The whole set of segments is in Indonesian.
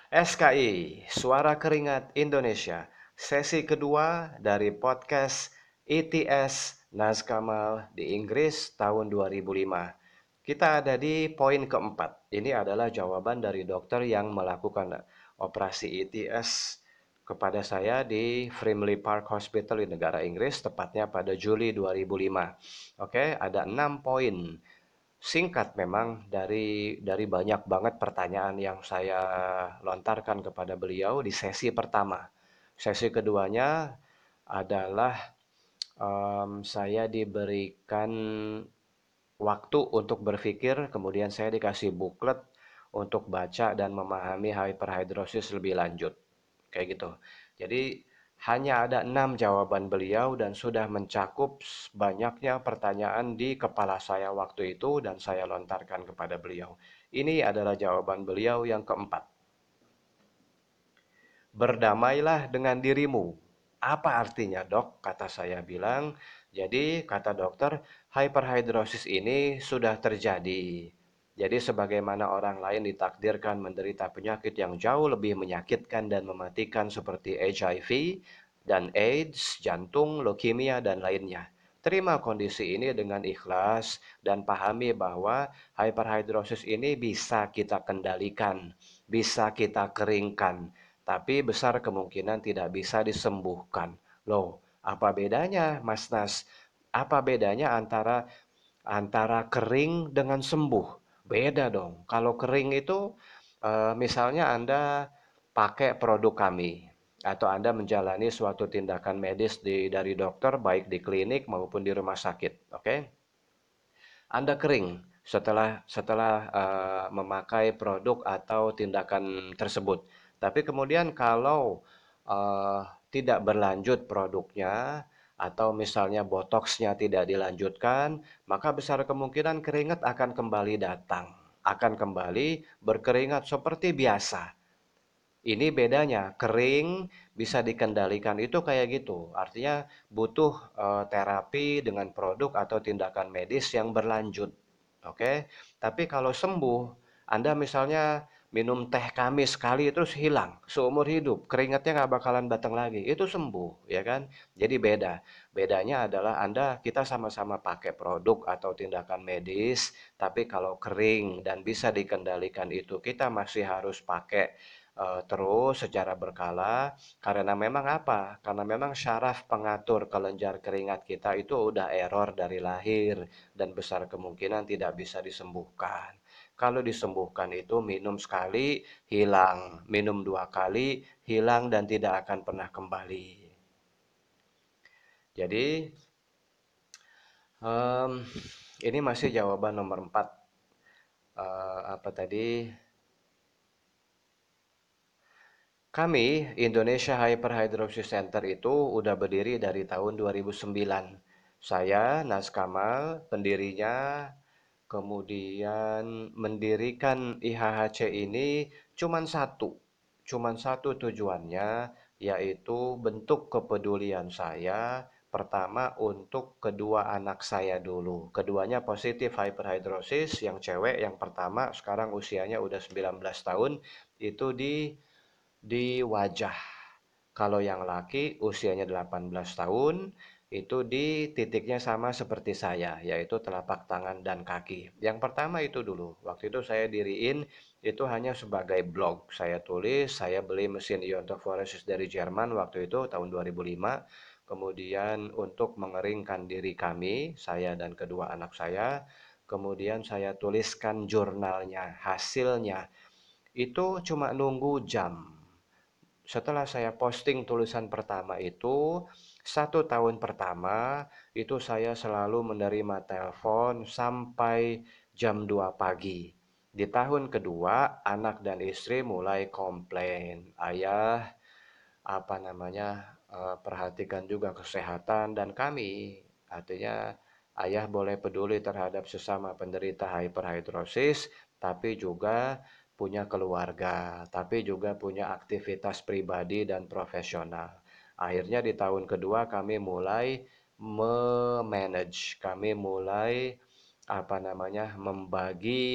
SKI, Suara Keringat Indonesia, sesi kedua dari podcast ETS Nazkamal di Inggris tahun 2005. Kita ada di poin keempat. Ini adalah jawaban dari dokter yang melakukan operasi ETS kepada saya di Frimley Park Hospital di negara Inggris, tepatnya pada Juli 2005. Oke, ada 6 poin. Singkat memang dari banyak banget pertanyaan yang saya lontarkan kepada beliau di sesi pertama. Sesi keduanya adalah saya diberikan waktu untuk berpikir, kemudian saya dikasih buklet untuk baca dan memahami hyperhidrosis lebih lanjut. Kayak gitu. Jadi hanya ada 6 jawaban beliau dan sudah mencakup banyaknya pertanyaan di kepala saya waktu itu dan saya lontarkan kepada beliau. Ini adalah jawaban beliau yang keempat. Berdamailah dengan dirimu. Apa artinya, dok? Kata saya bilang. Jadi, kata dokter, hyperhidrosis ini sudah terjadi. Jadi, sebagaimana orang lain ditakdirkan menderita penyakit yang jauh lebih menyakitkan dan mematikan seperti HIV dan AIDS, jantung, leukemia, dan lainnya. Terima kondisi ini dengan ikhlas dan pahami bahwa hyperhidrosis ini bisa kita kendalikan, bisa kita keringkan, tapi besar kemungkinan tidak bisa disembuhkan. Loh, apa bedanya, Mas Nas? Apa bedanya antara antara kering dengan sembuh? Beda dong. Kalau kering itu misalnya Anda pakai produk kami atau Anda menjalani suatu tindakan medis dari dokter baik di klinik maupun di rumah sakit, oke? Anda kering setelah memakai produk atau tindakan tersebut. Tapi kemudian kalau eh, tidak berlanjut produknya atau misalnya botoksnya tidak dilanjutkan, maka besar kemungkinan keringat akan kembali datang, akan kembali berkeringat seperti biasa. Ini bedanya, kering bisa dikendalikan itu kayak gitu. Artinya butuh terapi dengan produk atau tindakan medis yang berlanjut. Oke. Tapi kalau sembuh, Anda misalnya minum teh kami sekali terus hilang seumur hidup, keringatnya nggak bakalan datang lagi. Itu sembuh, ya kan? Jadi beda. Bedanya adalah kita sama-sama pakai produk atau tindakan medis, tapi kalau kering dan bisa dikendalikan itu kita masih harus pakai terus secara berkala karena memang apa? Karena memang syaraf pengatur kelenjar keringat kita itu udah error dari lahir dan besar kemungkinan tidak bisa disembuhkan. Kalau disembuhkan itu minum sekali hilang, minum 2 kali hilang dan tidak akan pernah kembali. Jadi em, ini masih jawaban nomor 4. Apa tadi? Kami, Indonesia Hyperhidrosis Center itu udah berdiri dari tahun 2009. Saya, Nas Kamal, pendirinya, kemudian mendirikan IHHC ini cuman satu tujuannya, yaitu bentuk kepedulian saya, pertama untuk kedua anak saya dulu. Keduanya positif hyperhidrosis, yang cewek yang pertama sekarang usianya udah 19 tahun, itu di wajah. Kalau yang laki usianya 18 tahun, itu di titiknya sama seperti saya, yaitu telapak tangan dan kaki. Yang pertama itu dulu, waktu itu saya diriin itu hanya sebagai blog. Saya tulis, saya beli mesin iontophoresis dari Jerman waktu itu tahun 2005. Kemudian untuk mengeringkan diri kami, saya dan kedua anak saya, kemudian saya tuliskan jurnalnya, hasilnya. Itu cuma nunggu jam. Setelah saya posting tulisan pertama itu, 1 tahun pertama itu saya selalu menerima telepon sampai jam 2 pagi. Di tahun kedua, anak dan istri mulai komplain. Ayah, apa namanya, perhatikan juga kesehatan dan kami. Artinya, ayah boleh peduli terhadap sesama penderita hyperhidrosis, tapi juga punya keluarga, tapi juga punya aktivitas pribadi dan profesional. Akhirnya di tahun kedua kami mulai memanage, kami mulai apa namanya membagi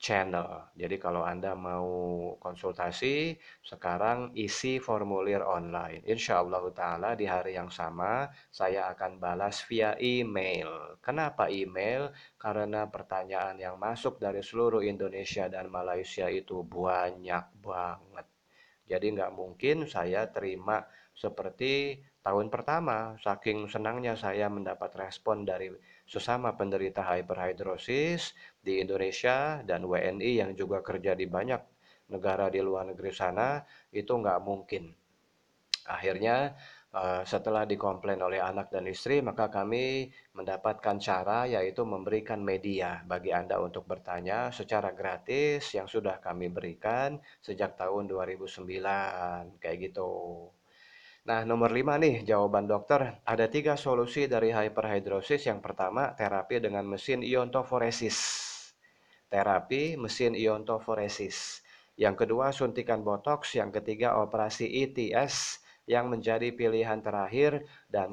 channel. Jadi kalau Anda mau konsultasi, sekarang isi formulir online. Insya Allah Ta'ala di hari yang sama, saya akan balas via email. Kenapa email? Karena pertanyaan yang masuk dari seluruh Indonesia dan Malaysia itu banyak banget. Jadi nggak mungkin saya terima seperti tahun pertama. Saking senangnya saya mendapat respon dari sesama penderita hyperhidrosis di Indonesia dan WNI yang juga kerja di banyak negara di luar negeri sana, itu nggak mungkin. Akhirnya setelah dikomplain oleh anak dan istri, maka kami mendapatkan cara yaitu memberikan media bagi Anda untuk bertanya secara gratis yang sudah kami berikan sejak tahun 2009, kayak gitu. Nah, nomor 5 nih jawaban dokter. Ada 3 solusi dari hyperhidrosis. Yang pertama, terapi dengan mesin iontoforesis. Terapi mesin iontoforesis. Yang kedua, suntikan botox. Yang ketiga, operasi ITS yang menjadi pilihan terakhir dan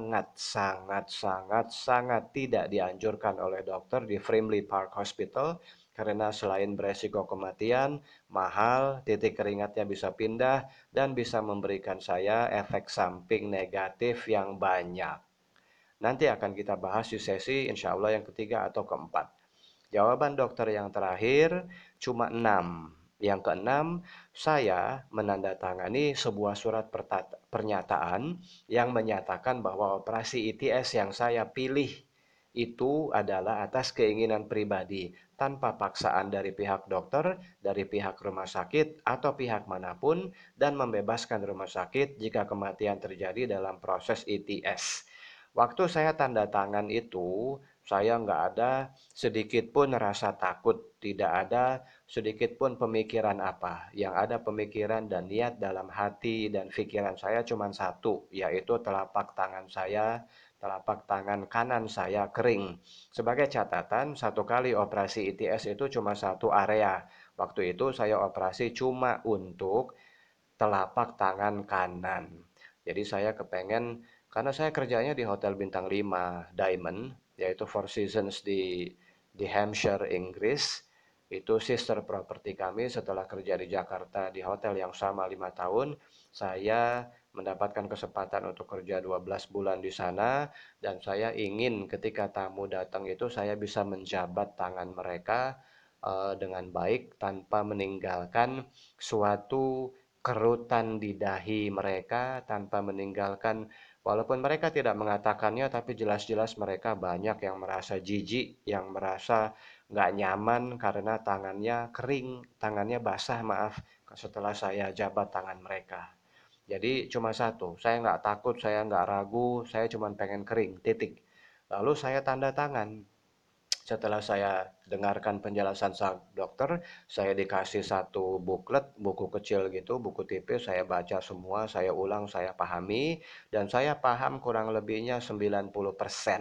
sangat tidak dianjurkan oleh dokter di Frimley Park Hospital karena selain beresiko kematian, mahal, titik keringatnya bisa pindah, dan bisa memberikan saya efek samping negatif yang banyak. Nanti akan kita bahas di sesi insya Allah yang ketiga atau keempat. Jawaban dokter yang terakhir cuma 6. Yang keenam, saya menandatangani sebuah surat pernyataan yang menyatakan bahwa operasi ITS yang saya pilih itu adalah atas keinginan pribadi, tanpa paksaan dari pihak dokter, dari pihak rumah sakit, atau pihak manapun, dan membebaskan rumah sakit jika kematian terjadi dalam proses ITS. Waktu saya tanda tangan itu, saya nggak ada sedikit pun rasa takut, tidak ada sedikit pun pemikiran apa. Yang ada pemikiran dan niat dalam hati dan pikiran saya cuma satu, yaitu telapak tangan kanan saya kering. Sebagai catatan, satu kali operasi ITS itu cuma satu area. Waktu itu saya operasi cuma untuk telapak tangan kanan. Jadi saya kepengen, karena saya kerjanya di Hotel Bintang 5 Diamond, yaitu Four Seasons di Hampshire, Inggris. Itu sister property kami. Setelah kerja di Jakarta di hotel yang sama 5 tahun, saya mendapatkan kesempatan untuk kerja 12 bulan di sana, dan saya ingin ketika tamu datang itu saya bisa menjabat tangan mereka dengan baik tanpa meninggalkan suatu kerutan di dahi mereka, tanpa meninggalkan, walaupun mereka tidak mengatakannya, tapi jelas-jelas mereka banyak yang merasa jijik, yang merasa nggak nyaman karena tangannya kering, tangannya basah, maaf, setelah saya jabat tangan mereka. Jadi cuma satu, saya nggak takut, saya nggak ragu, saya cuma pengen kering, titik. Lalu saya tanda tangan. Setelah saya dengarkan penjelasan sang dokter, saya dikasih satu buklet, buku kecil gitu, buku tipis, saya baca semua, saya ulang, saya pahami, dan saya paham kurang lebihnya 90%.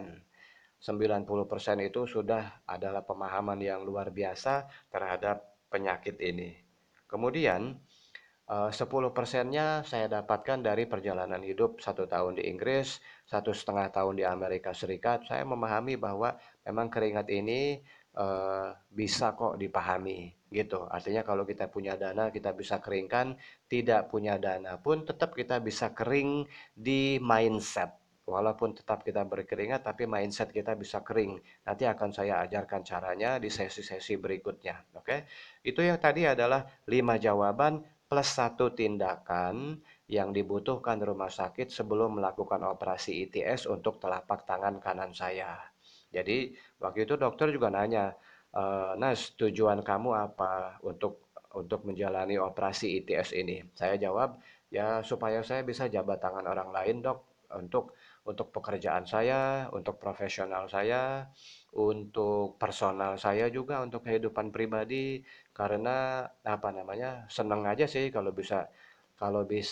90% itu sudah adalah pemahaman yang luar biasa terhadap penyakit ini. Kemudian 10%-nya saya dapatkan dari perjalanan hidup 1 tahun di Inggris, 1,5 tahun di Amerika Serikat. Saya memahami bahwa memang keringat ini bisa kok dipahami gitu. Artinya kalau kita punya dana kita bisa keringkan, tidak punya dana pun tetap kita bisa kering di mindset. Walaupun tetap kita berkeringat, tapi mindset kita bisa kering. Nanti akan saya ajarkan caranya di sesi-sesi berikutnya. Oke, itu yang tadi adalah 5 jawaban plus satu tindakan yang dibutuhkan rumah sakit sebelum melakukan operasi ITS untuk telapak tangan kanan saya. Jadi waktu itu dokter juga nanya, Nas, tujuan kamu apa untuk menjalani operasi ITS ini? Saya jawab, ya supaya saya bisa jabat tangan orang lain, dok, untuk pekerjaan saya, untuk profesional saya, untuk personal saya juga, untuk kehidupan pribadi, karena apa namanya, seneng aja sih kalau bisa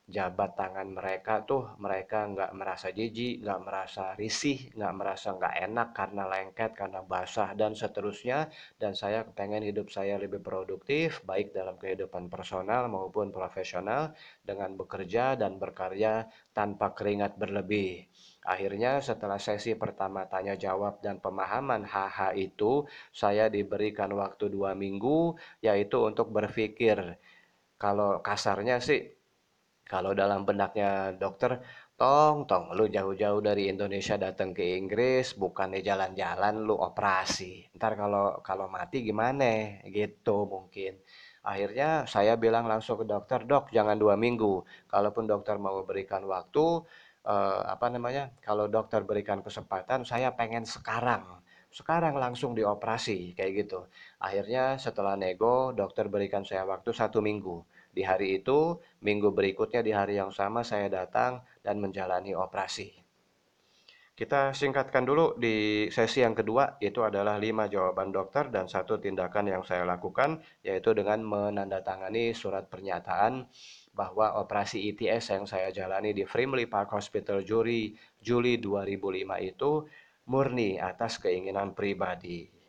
jabat tangan mereka tuh mereka nggak merasa jijik, nggak merasa risih, nggak merasa nggak enak karena lengket, karena basah, dan seterusnya. Dan saya pengen hidup saya lebih produktif, baik dalam kehidupan personal maupun profesional, dengan bekerja dan berkarya tanpa keringat berlebih. Akhirnya setelah sesi pertama tanya jawab dan pemahaman HH itu, saya diberikan waktu 2 minggu, yaitu untuk berpikir. Kalau kasarnya sih, kalau dalam benaknya dokter, tong lu jauh-jauh dari Indonesia datang ke Inggris, bukannya jalan-jalan lu operasi. Ntar kalau kalau mati gimana? Gitu mungkin. Akhirnya saya bilang langsung ke dokter, dok jangan 2 minggu. Kalaupun dokter mau berikan waktu, apa namanya? Kalau dokter berikan kesempatan, saya pengen sekarang. Sekarang langsung dioperasi, kayak gitu. Akhirnya setelah nego, dokter berikan saya waktu 1 minggu. Di hari itu, minggu berikutnya di hari yang sama saya datang dan menjalani operasi. Kita singkatkan dulu di sesi yang kedua, itu adalah 5 jawaban dokter dan satu tindakan yang saya lakukan, yaitu dengan menandatangani surat pernyataan bahwa operasi ITS yang saya jalani di Frimley Park Hospital Juli 2005 itu murni atas keinginan pribadi.